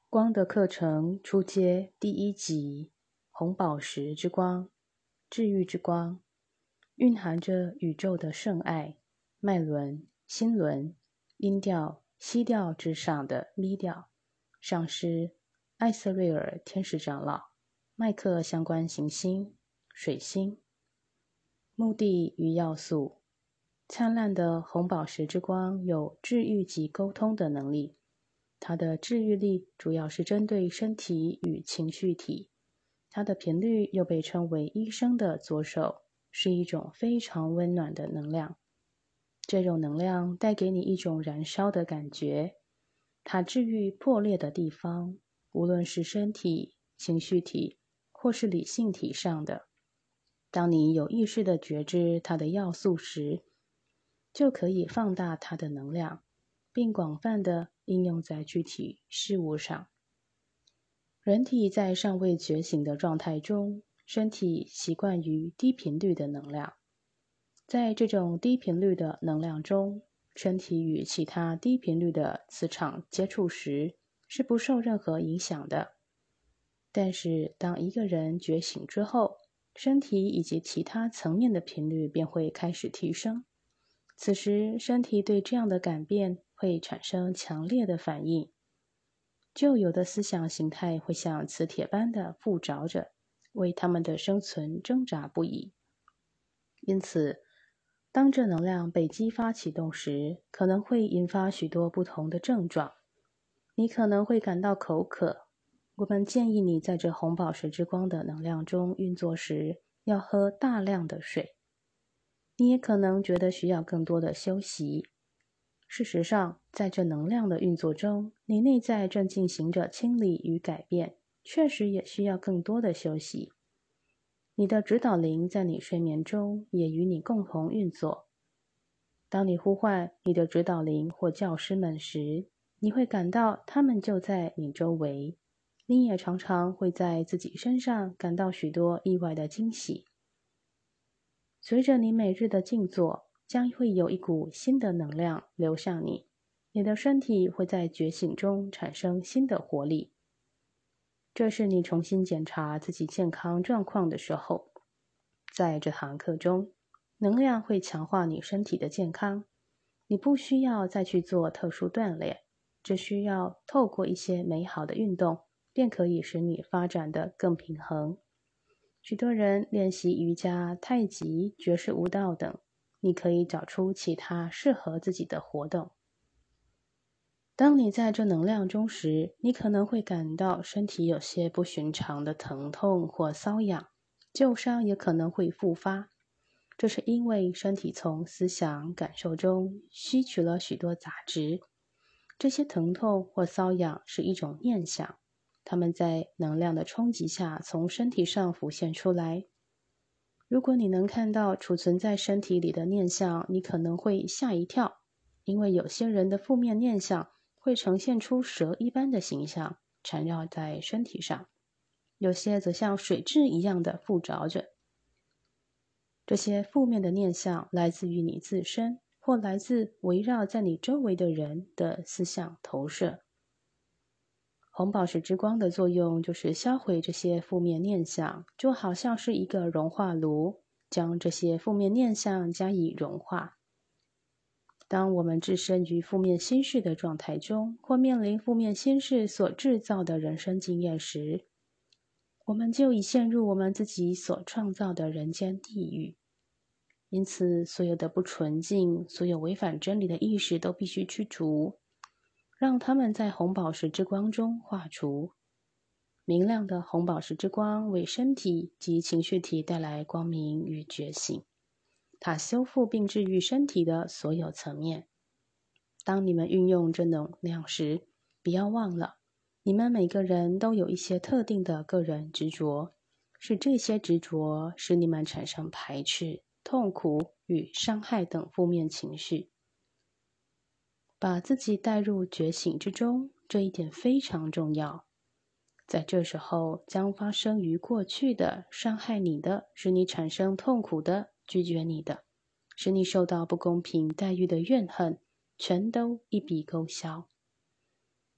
光的课程初阶第1集，红宝石之光，治愈之光，蕴含着宇宙的圣爱，脉轮、心轮、音调、息调之上的咪调，上师艾瑟瑞尔天使长老，麦克相关行星水星。目的与要素：灿烂的红宝石之光有治愈及沟通的能力。它的治愈力主要是针对身体与情绪体，它的频率又被称为医生的左手，是一种非常温暖的能量。这种能量带给你一种燃烧的感觉，它治愈破裂的地方，无论是身体、情绪体或是理性体上的。当你有意识地觉知它的要素时，就可以放大它的能量，并广泛地应用在具体事物上。人体在尚未觉醒的状态中，身体习惯于低频率的能量。在这种低频率的能量中，身体与其他低频率的磁场接触时是不受任何影响的。但是当一个人觉醒之后，身体以及其他层面的频率便会开始提升。此时，身体对这样的改变会产生强烈的反应。旧有的思想形态会像磁铁般的附着着，为他们的生存挣扎不已。因此，当这能量被激发启动时，可能会引发许多不同的症状。你可能会感到口渴。我们建议你在这红宝石之光的能量中运作时，要喝大量的水。你也可能觉得需要更多的休息。事实上，在这能量的运作中，你内在正进行着清理与改变，确实也需要更多的休息。你的指导灵在你睡眠中也与你共同运作。当你呼唤你的指导灵或教师们时，你会感到他们就在你周围。你也常常会在自己身上感到许多意外的惊喜。随着你每日的静坐，将会有一股新的能量流向你，你的身体会在觉醒中产生新的活力。这是你重新检查自己健康状况的时候。在这堂课中，能量会强化你身体的健康。你不需要再去做特殊锻炼，只需要透过一些美好的运动，便可以使你发展得更平衡。许多人练习瑜伽、太极、爵士舞蹈等，你可以找出其他适合自己的活动。当你在这能量中时，你可能会感到身体有些不寻常的疼痛或瘙痒，旧伤也可能会复发。这是因为身体从思想、感受中吸取了许多杂质。这些疼痛或瘙痒是一种念想。它们在能量的冲击下从身体上浮现出来。如果你能看到储存在身体里的念想，你可能会吓一跳，因为有些人的负面念想会呈现出蛇一般的形象，缠绕在身体上，有些则像水蛭一样的附着着。这些负面的念想来自于你自身，或来自围绕在你周围的人的思想投射。红宝石之光的作用就是销毁这些负面念想，就好像是一个融化炉，将这些负面念想加以融化。当我们置身于负面心事的状态中，或面临负面心事所制造的人生经验时，我们就已陷入我们自己所创造的人间地狱。因此，所有的不纯净、所有违反真理的意识都必须驱除，让它们在红宝石之光中化除。明亮的红宝石之光为身体及情绪体带来光明与觉醒，它修复并治愈身体的所有层面。当你们运用这能量时，不要忘了，你们每个人都有一些特定的个人执着，是这些执着使你们产生排斥、痛苦与伤害等负面情绪。把自己带入觉醒之中，这一点非常重要。在这时候，将发生于过去的、伤害你的、使你产生痛苦的、拒绝你的、使你受到不公平待遇的怨恨，全都一笔勾销。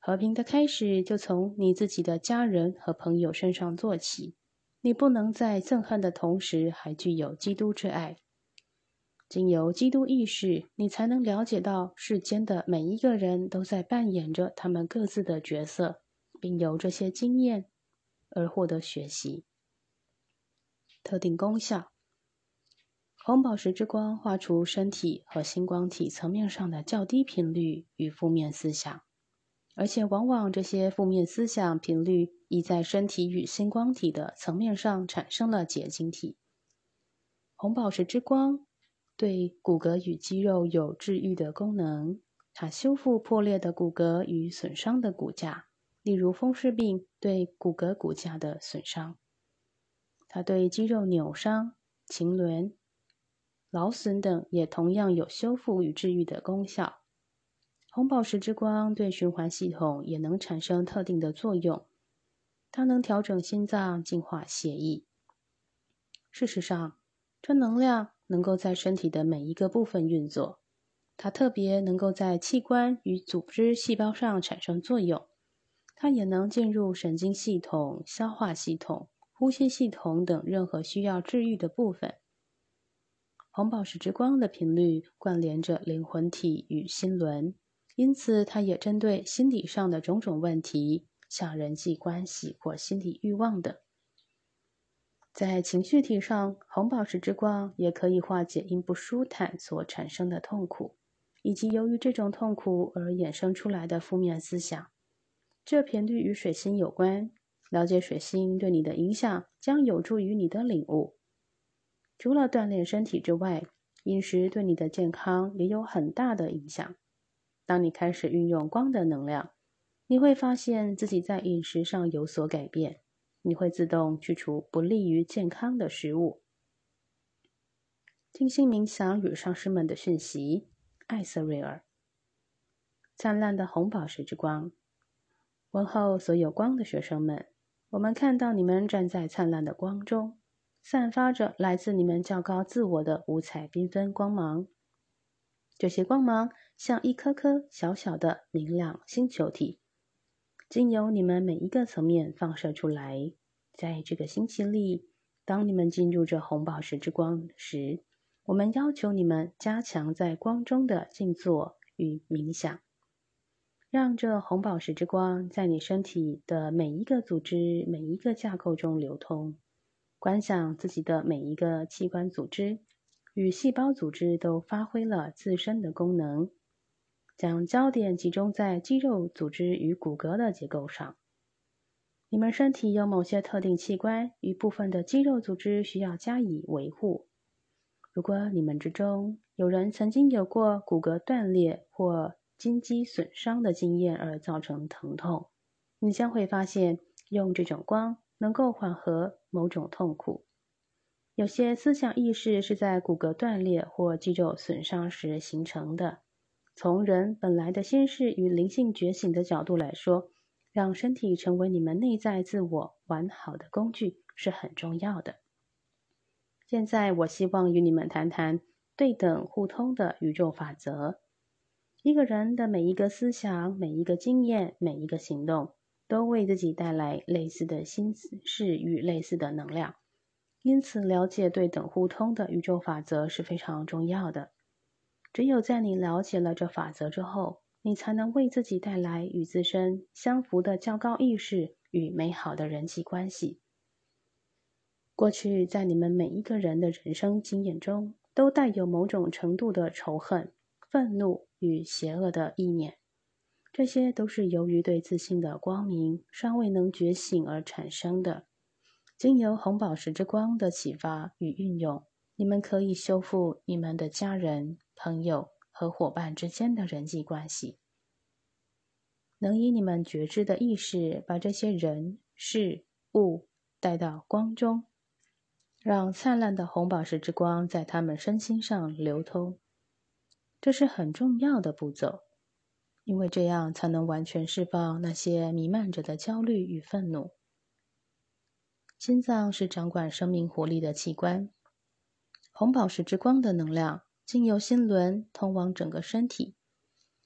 和平的开始就从你自己的家人和朋友身上做起。你不能在憎恨的同时还具有基督之爱。经由基督意识，你才能了解到世间的每一个人都在扮演着他们各自的角色，并由这些经验而获得学习。特定功效：红宝石之光画出身体和星光体层面上的较低频率与负面思想，而且往往这些负面思想频率已在身体与星光体的层面上产生了结晶体。红宝石之光对骨骼与肌肉有治愈的功能，它修复破裂的骨骼与损伤的骨架，例如风湿病对骨骼骨架的损伤。它对肌肉扭伤、腈轮、劳损等也同样有修复与治愈的功效。红宝石之光对循环系统也能产生特定的作用，它能调整心脏，净化血液。事实上，这能量能够在身体的每一个部分运作，它特别能够在器官与组织细胞上产生作用。它也能进入神经系统、消化系统、呼吸系统等任何需要治愈的部分。红宝石之光的频率关联着灵魂体与心轮，因此它也针对心理上的种种问题，像人际关系或心理欲望等。在情绪体上，红宝石之光也可以化解因不舒坦所产生的痛苦，以及由于这种痛苦而衍生出来的负面思想。这频率与水星有关，了解水星对你的影响将有助于你的领悟。除了锻炼身体之外，饮食对你的健康也有很大的影响。当你开始运用光的能量，你会发现自己在饮食上有所改变，你会自动去除不利于健康的食物。静心冥想与上师们的讯息，艾瑟瑞尔。灿烂的红宝石之光。问候所有光的学生们，我们看到你们站在灿烂的光中，散发着来自你们较高自我的五彩缤纷光芒。这些光芒像一颗颗小小的明亮星球体，经由你们每一个层面放射出来。在这个星期里，当你们进入这红宝石之光时，我们要求你们加强在光中的静坐与冥想。让这红宝石之光在你身体的每一个组织、每一个架构中流通，观想自己的每一个器官组织与细胞组织都发挥了自身的功能，将焦点集中在肌肉组织与骨骼的结构上。你们身体有某些特定器官与部分的肌肉组织需要加以维护。如果你们之中有人曾经有过骨骼断裂或筋肌损伤的经验而造成疼痛，你将会发现用这种光能够缓和某种痛苦。有些思想意识是在骨骼断裂或肌肉损伤时形成的。从人本来的心事与灵性觉醒的角度来说，让身体成为你们内在自我完好的工具是很重要的。现在我希望与你们谈谈对等互通的宇宙法则。一个人的每一个思想、每一个经验、每一个行动，都为自己带来类似的心事与类似的能量。因此，了解对等互通的宇宙法则是非常重要的。只有在你了解了这法则之后，你才能为自己带来与自身相符的较高意识与美好的人际关系。过去，在你们每一个人的人生经验中，都带有某种程度的仇恨、愤怒与邪恶的意念，这些都是由于对自信的光明尚未能觉醒而产生的。经由红宝石之光的启发与运用，你们可以修复你们的家人、朋友和伙伴之间的人际关系，能以你们觉知的意识把这些人、事、物带到光中，让灿烂的红宝石之光在他们身心上流通。这是很重要的步骤，因为这样才能完全释放那些弥漫着的焦虑与愤怒。心脏是掌管生命活力的器官，红宝石之光的能量经由心轮通往整个身体。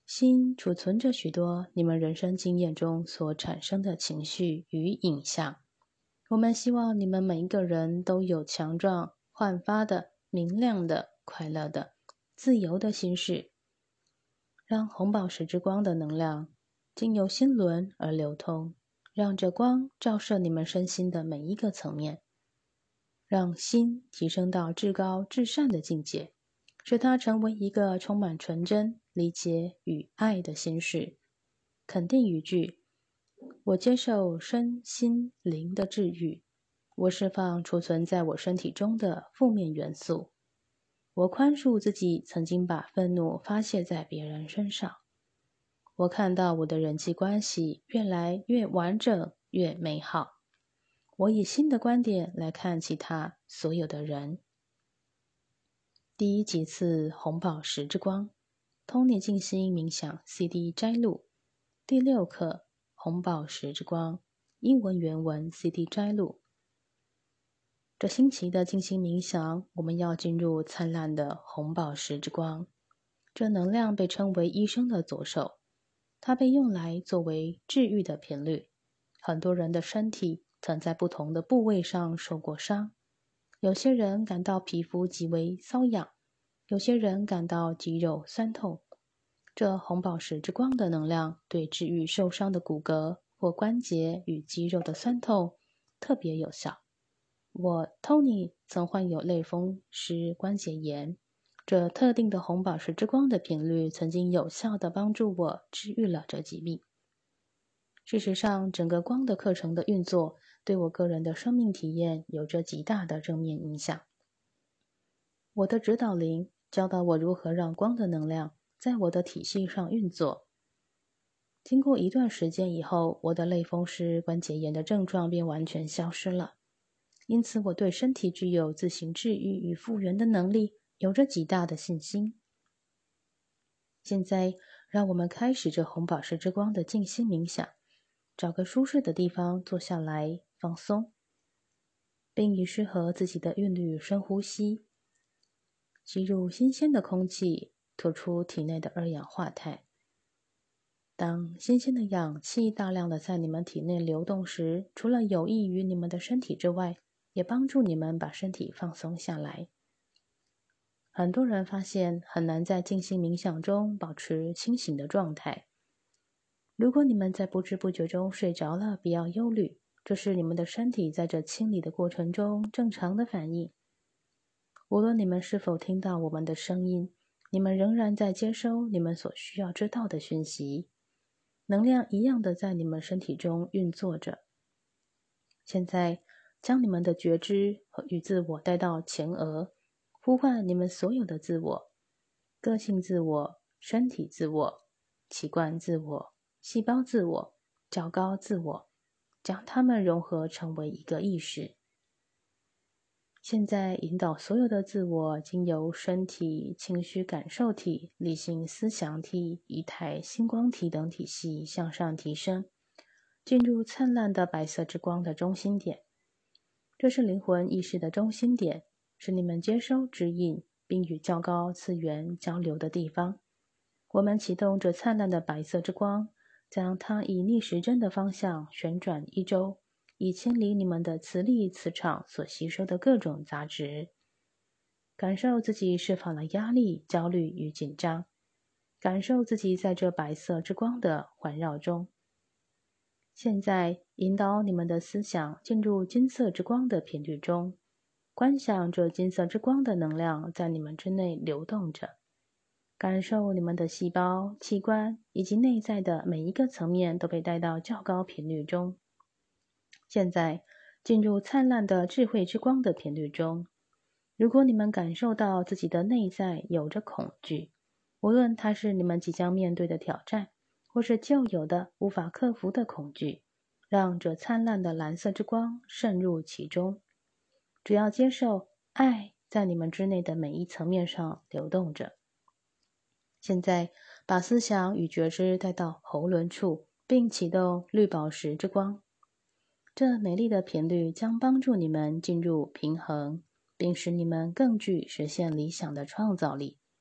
心储存着许多你们人生经验中所产生的情绪与影像。我们希望你们每一个人都有强壮、焕发的、明亮的、快乐的、自由的心事，让红宝石之光的能量经由心轮而流通，让这光照射你们身心的每一个层面，让心提升到至高至善的境界，使它成为一个充满纯真、理解与爱的心事。肯定语句：我接受身心灵的治愈，我释放储存在我身体中的负面元素，我宽恕自己曾经把愤怒发泄在别人身上，我看到我的人际关系越来越完整、越美好，我以新的观点来看其他所有的人。第一级次红宝石之光 Tony 静心冥想 CD 摘录第6课红宝石之光英文原文 CD 摘录。这星期的静心冥想，我们要进入灿烂的红宝石之光。这能量被称为医生的左手，它被用来作为治愈的频率。很多人的身体曾在不同的部位上受过伤，有些人感到皮肤极为瘙痒，有些人感到肌肉酸痛。这红宝石之光的能量对治愈受伤的骨骼或关节与肌肉的酸痛特别有效。我 Tony 曾患有类风湿关节炎，这特定的红宝石之光的频率曾经有效地帮助我治愈了这疾病。事实上，整个光的课程的运作对我个人的生命体验有着极大的正面影响。我的指导灵教导我如何让光的能量在我的体系上运作。经过一段时间以后，我的类风湿关节炎的症状便完全消失了。因此，我对身体具有自行治愈与复原的能力有着极大的信心。现在，让我们开始这红宝石之光的静心冥想。找个舒适的地方坐下来放松，并以适合自己的韵律深呼吸，吸入新鲜的空气，吐出体内的二氧化碳。当新鲜的氧气大量的在你们体内流动时，除了有益于你们的身体之外，也帮助你们把身体放松下来。很多人发现很难在静心冥想中保持清醒的状态。如果你们在不知不觉中睡着了，不要忧虑，这是你们的身体在这清理的过程中正常的反应。无论你们是否听到我们的声音，你们仍然在接收你们所需要知道的讯息，能量一样的在你们身体中运作着。现在，将你们的觉知与自我带到前额，呼唤你们所有的自我：个性自我、身体自我、器官自我、细胞自我、较高自我，将它们融合成为一个意识。现在引导所有的自我经由身体、情绪感受体、理性思想体、仪态星光体等体系向上提升，进入灿烂的白色之光的中心点。这是灵魂意识的中心点，是你们接收指引并与较高次元交流的地方。我们启动这灿烂的白色之光，将它以逆时针的方向旋转1周，以清理你们的磁力磁场所吸收的各种杂质。感受自己释放了压力、焦虑与紧张，感受自己在这白色之光的环绕中。现在引导你们的思想进入金色之光的频率中，观想这金色之光的能量在你们之内流动着，感受你们的细胞、器官以及内在的每一个层面都被带到较高频率中。现在进入灿烂的智慧之光的频率中。如果你们感受到自己的内在有着恐惧，无论它是你们即将面对的挑战，或是旧有的无法克服的恐惧，让这灿烂的蓝色之光渗入其中。只要接受爱在你们之内的每一层面上流动着。现在把思想与觉知带到喉轮处，并启动绿宝石之光。这美丽的频率将帮助你们进入平衡，并使你们更具实现理想的创造力。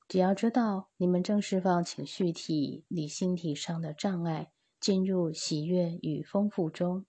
只要知道你们正释放情绪体、理性体上的障碍，进入喜悦与丰富中。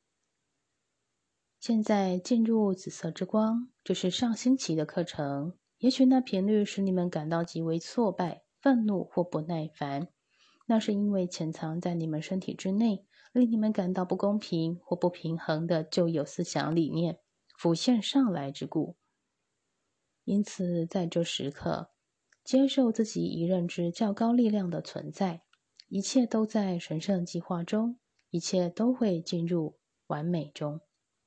现在进入紫色之光，这是上星期的课程。也许那频率使你们感到极为挫败、愤怒或不耐烦，那是因为潜藏在你们身体之内，令你们感到不公平或不平衡的旧有思想理念浮现上来之故。因此，在这时刻，接受自己以认知较高力量的存在，一切都在神圣计划中，一切都会进入完美中。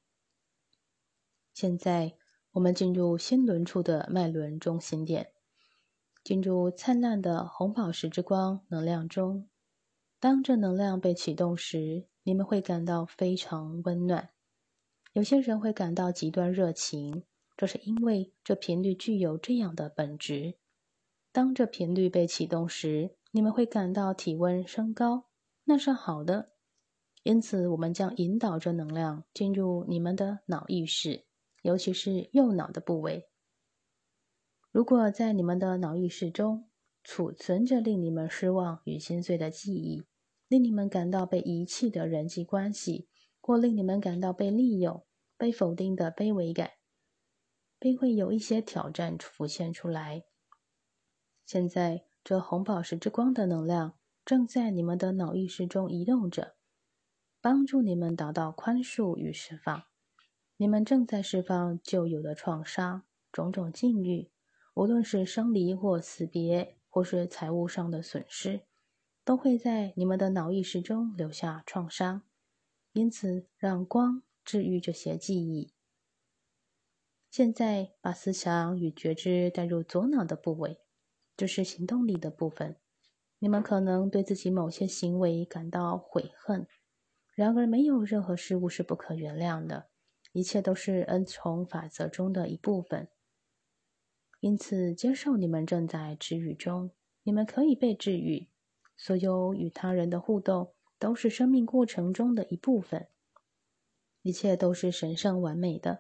现在，我们进入心轮处的脉轮中心点，进入灿烂的红宝石之光能量中。当这能量被启动时，你们会感到非常温暖。有些人会感到极端热情，这是因为这频率具有这样的本质。当这频率被启动时，你们会感到体温升高，那是好的。因此，我们将引导这能量进入你们的脑意识，尤其是右脑的部位。如果在你们的脑意识中储存着令你们失望与心碎的记忆，令你们感到被遗弃的人际关系，或令你们感到被利用、被否定的卑微感，并会有一些挑战浮现出来。现在，这红宝石之光的能量正在你们的脑意识中移动着，帮助你们达到宽恕与释放。你们正在释放旧有的创伤，种种境遇，无论是生离或死别，或是财务上的损失，都会在你们的脑意识中留下创伤。因此，让光治愈这些记忆。现在，把思想与觉知带入左脑的部位，这是行动力的部分。你们可能对自己某些行为感到悔恨，然而没有任何事物是不可原谅的，一切都是恩宠法则中的一部分。因此，接受你们正在治愈中，你们可以被治愈。所有与他人的互动都是生命过程中的一部分，一切都是神圣完美的。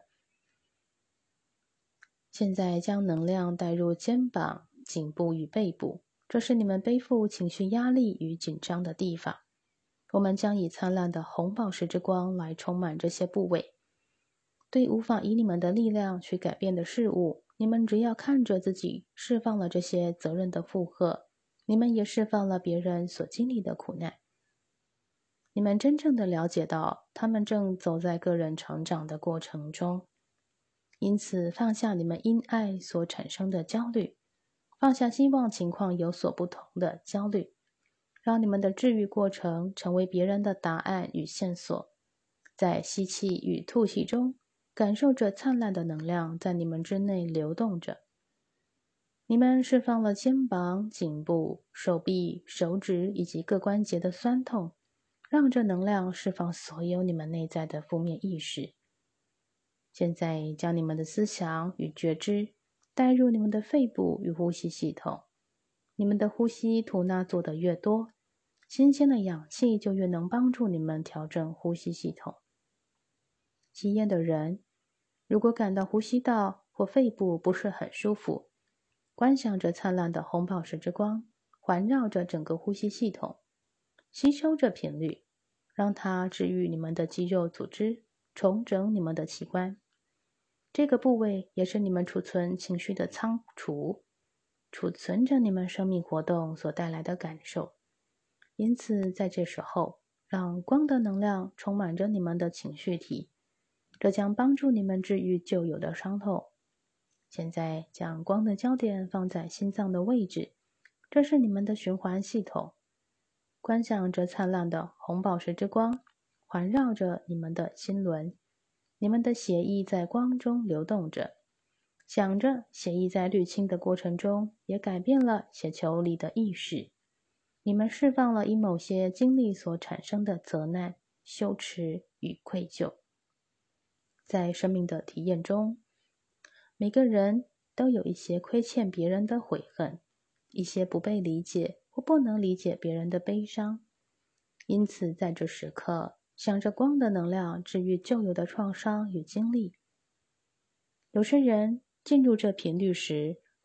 现在将能量带入肩膀、颈部与背部，这是你们背负情绪压力与紧张的地方。我们将以灿烂的红宝石之光来充满这些部位。对无法以你们的力量去改变的事物，你们只要看着自己释放了这些责任的负荷，你们也释放了别人所经历的苦难。你们真正的了解到，他们正走在个人成长的过程中。因此，放下你们因爱所产生的焦虑，放下希望情况有所不同的焦虑，让你们的治愈过程成为别人的答案与线索。在吸气与吐气中，感受着灿烂的能量在你们之内流动着。你们释放了肩膀、颈部、手臂、手指以及各关节的酸痛，让这能量释放所有你们内在的负面意识。现在将你们的思想与觉知带入你们的肺部与呼吸系统。你们的呼吸吐纳做得越多，新鲜的氧气就越能帮助你们调整呼吸系统。吸烟的人，如果感到呼吸道或肺部不是很舒服，观想着灿烂的红宝石之光环绕着整个呼吸系统，吸收这频率，让它治愈你们的肌肉组织，重整你们的器官。这个部位也是你们储存情绪的仓储，储存着你们生命活动所带来的感受。因此，在这时候，让光的能量充满着你们的情绪体，这将帮助你们治愈旧有的伤痛。现在，将光的焦点放在心脏的位置，这是你们的循环系统。观想着灿烂的红宝石之光环绕着你们的心轮。你们的血液在光中流动着，想着血液在滤清的过程中也改变了血球里的意识。你们释放了因某些经历所产生的责难、羞耻与愧疚。在生命的体验中，每个人都有一些亏欠别人的悔恨，一些不被理解或不能理解别人的悲伤。因此，在这时刻，想着光的能量治愈旧有的创伤与经历。有些人进入这频率时，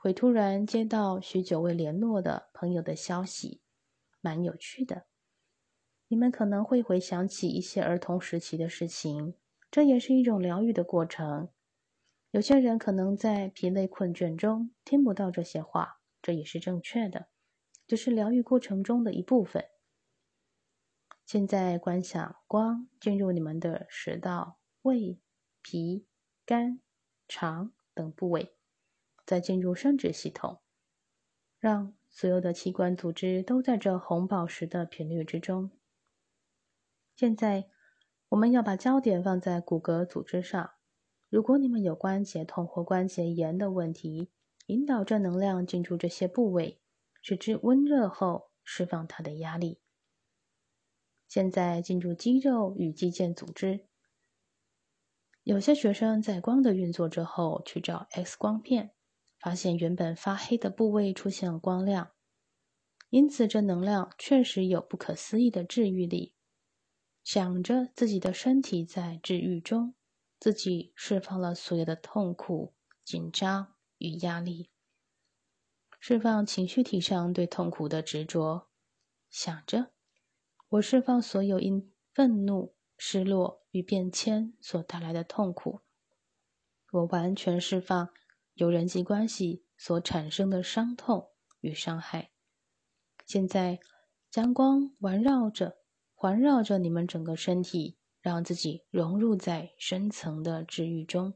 会突然接到许久未联络的朋友的消息，蛮有趣的。你们可能会回想起一些儿童时期的事情，这也是一种疗愈的过程。有些人可能在疲累困倦中听不到这些话，这也是正确的，这是疗愈过程中的一部分。现在观想光进入你们的食道、胃、脾、肝、肠等部位，再进入生殖系统，让所有的器官组织都在这红宝石的频率之中。现在我们要把焦点放在骨骼组织上。如果你们有关节痛或关节炎的问题，引导正能量进入这些部位，使之温热后释放它的压力。现在进入肌肉与肌腱组织。有些学生在光的运作之后去照 X 光片，发现原本发黑的部位出现了光亮，因此这能量确实有不可思议的治愈力。想着自己的身体在治愈中，自己释放了所有的痛苦、紧张与压力，释放情绪体上对痛苦的执着。想着，我释放所有因愤怒、失落与变迁所带来的痛苦。我完全释放由人际关系所产生的伤痛与伤害。现在，将光环绕着你们整个身体，让自己融入在深层的治愈中。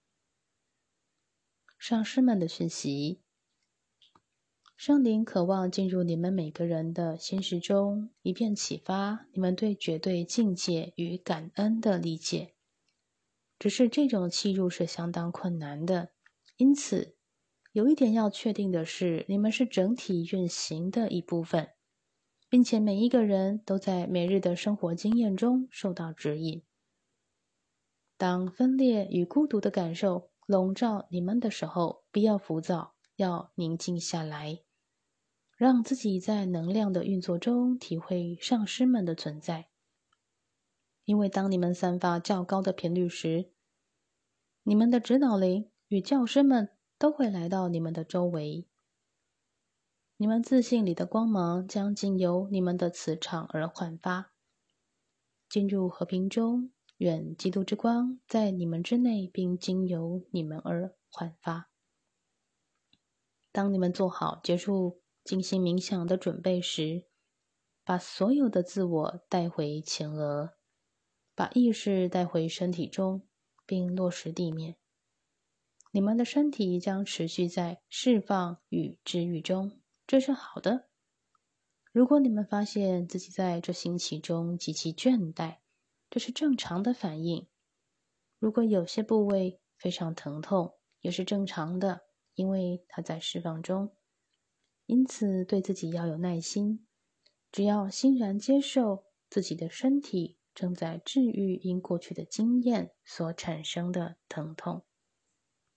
上师们的讯息：圣灵渴望进入你们每个人的心事中，以便启发你们对绝对境界与感恩的理解。只是这种契入是相当困难的，因此，有一点要确定的是，你们是整体运行的一部分，并且每一个人都在每日的生活经验中受到指引。当分裂与孤独的感受笼罩你们的时候，不要浮躁，要宁静下来，让自己在能量的运作中体会上师们的存在。因为当你们散发较高的频率时，你们的指导灵与教师们都会来到你们的周围。你们自信里的光芒将经由你们的磁场而焕发，进入和平中，愿基督之光在你们之内，并经由你们而焕发。当你们做好结束静心冥想的准备时，把所有的自我带回前额，把意识带回身体中，并落实地面。你们的身体将持续在释放与治愈中，这是好的。如果你们发现自己在这星期中极其倦怠，这是正常的反应。如果有些部位非常疼痛，也是正常的，因为它在释放中。因此，对自己要有耐心，只要欣然接受自己的身体正在治愈因过去的经验所产生的疼痛。